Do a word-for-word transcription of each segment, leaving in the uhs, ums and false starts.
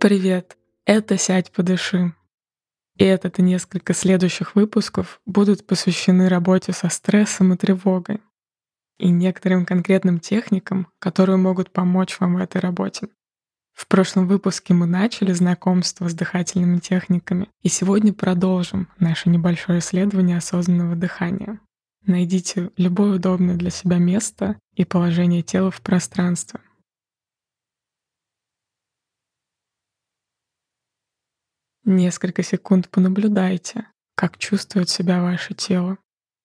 Привет! Это «Сядь, подыши». И этот и несколько следующих выпусков будут посвящены работе со стрессом и тревогой и некоторым конкретным техникам, которые могут помочь вам в этой работе. В прошлом выпуске мы начали знакомство с дыхательными техниками, и сегодня продолжим наше небольшое исследование осознанного дыхания. Найдите любое удобное для себя место и положение тела в пространстве. Несколько секунд понаблюдайте, как чувствует себя ваше тело.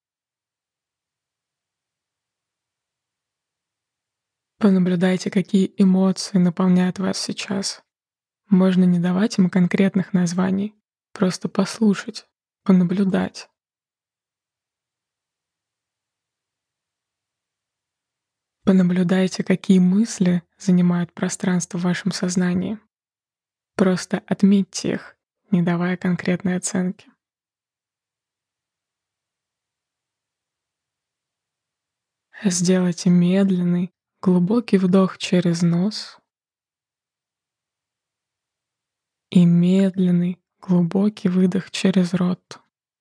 Понаблюдайте, какие эмоции наполняют вас сейчас. Можно не давать им конкретных названий, просто послушать, понаблюдать. Понаблюдайте, какие мысли занимают пространство в вашем сознании. Просто отметьте их, не давая конкретной оценки. Сделайте медленный, глубокий вдох через нос и медленный, глубокий выдох через рот.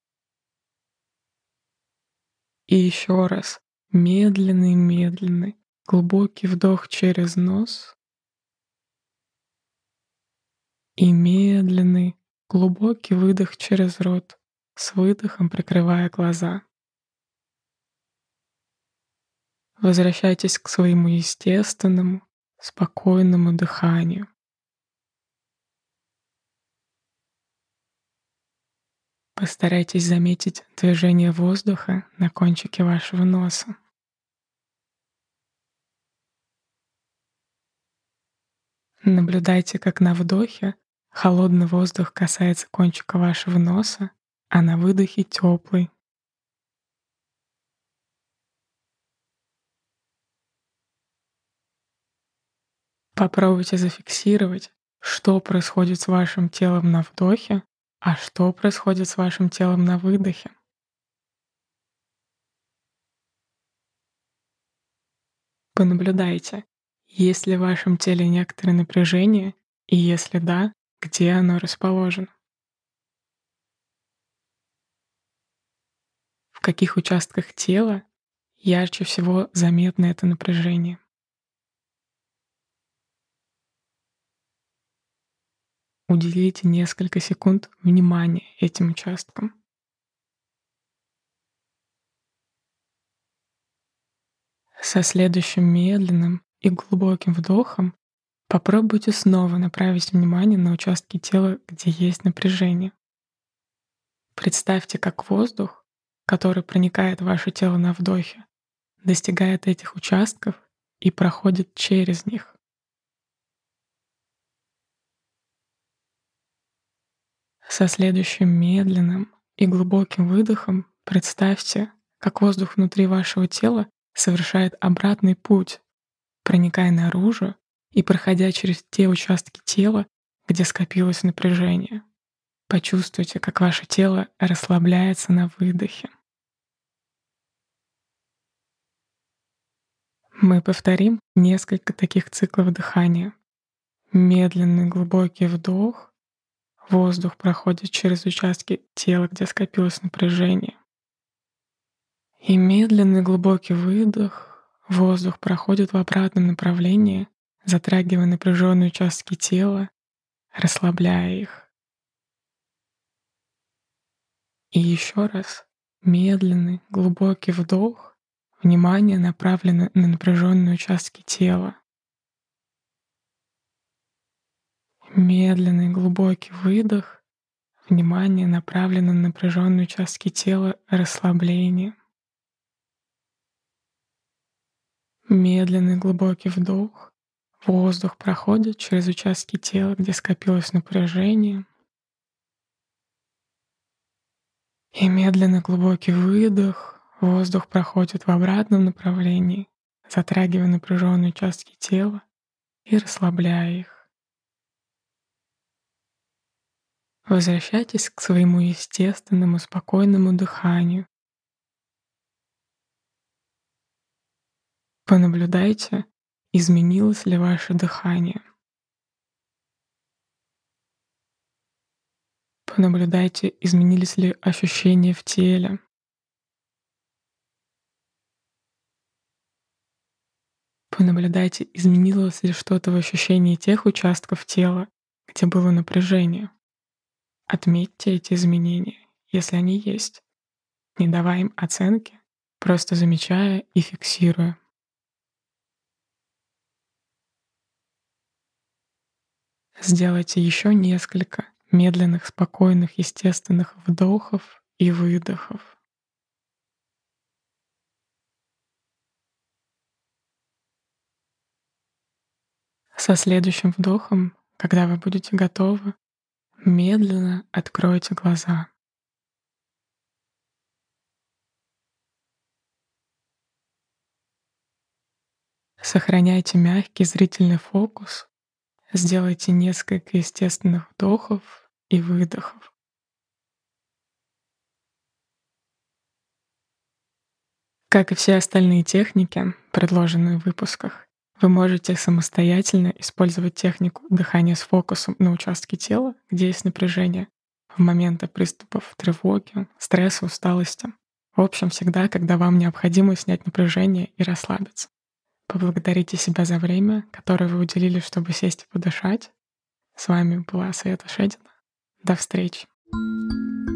И еще раз медленный-медленный, глубокий вдох через нос и медленный, глубокий выдох через рот, с выдохом прикрывая глаза. Возвращайтесь к своему естественному, спокойному дыханию. Постарайтесь заметить движение воздуха на кончике вашего носа. Наблюдайте, как на вдохе холодный воздух касается кончика вашего носа, а на выдохе теплый. Попробуйте зафиксировать, что происходит с вашим телом на вдохе, а что происходит с вашим телом на выдохе. Понаблюдайте, есть ли в вашем теле некоторое напряжение, и если да, где оно расположено. В каких участках тела ярче всего заметно это напряжение. Уделите несколько секунд внимания этим участкам. Со следующим медленным и глубоким вдохом попробуйте снова направить внимание на участки тела, где есть напряжение. Представьте, как воздух, который проникает в ваше тело на вдохе, достигает этих участков и проходит через них. Со следующим медленным и глубоким выдохом представьте, как воздух внутри вашего тела совершает обратный путь, проникая наружу и проходя через те участки тела, где скопилось напряжение. Почувствуйте, как ваше тело расслабляется на выдохе. Мы повторим несколько таких циклов дыхания. Медленный глубокий вдох. Воздух проходит через участки тела, где скопилось напряжение. И медленный глубокий выдох. Воздух проходит в обратном направлении, затрагивая напряженные участки тела, расслабляя их. И еще раз медленный глубокий вдох. Внимание направлено на напряженные участки тела. Медленный глубокий выдох. Внимание направлено на напряженные участки тела, расслабление. Медленный глубокий вдох. Воздух проходит через участки тела, где скопилось напряжение. И медленный глубокий выдох. Воздух проходит в обратном направлении, затрагивая напряженные участки тела и расслабляя их. Возвращайтесь к своему естественному, спокойному дыханию. Понаблюдайте, изменилось ли ваше дыхание. Понаблюдайте, изменились ли ощущения в теле. Понаблюдайте, изменилось ли что-то в ощущении тех участков тела, где было напряжение. Отметьте эти изменения, если они есть, не давая им оценки, просто замечая и фиксируя. Сделайте еще несколько медленных, спокойных, естественных вдохов и выдохов. Со следующим вдохом, когда вы будете готовы, медленно откройте глаза. Сохраняйте мягкий зрительный фокус. Сделайте несколько естественных вдохов и выдохов. Как и все остальные техники, предложенные в выпусках, вы можете самостоятельно использовать технику дыхания с фокусом на участке тела, где есть напряжение, в моменты приступов тревоги, стресса, усталости. В общем, всегда, когда вам необходимо снять напряжение и расслабиться. Поблагодарите себя за время, которое вы уделили, чтобы сесть и подышать. С вами была Света Шедина. До встречи.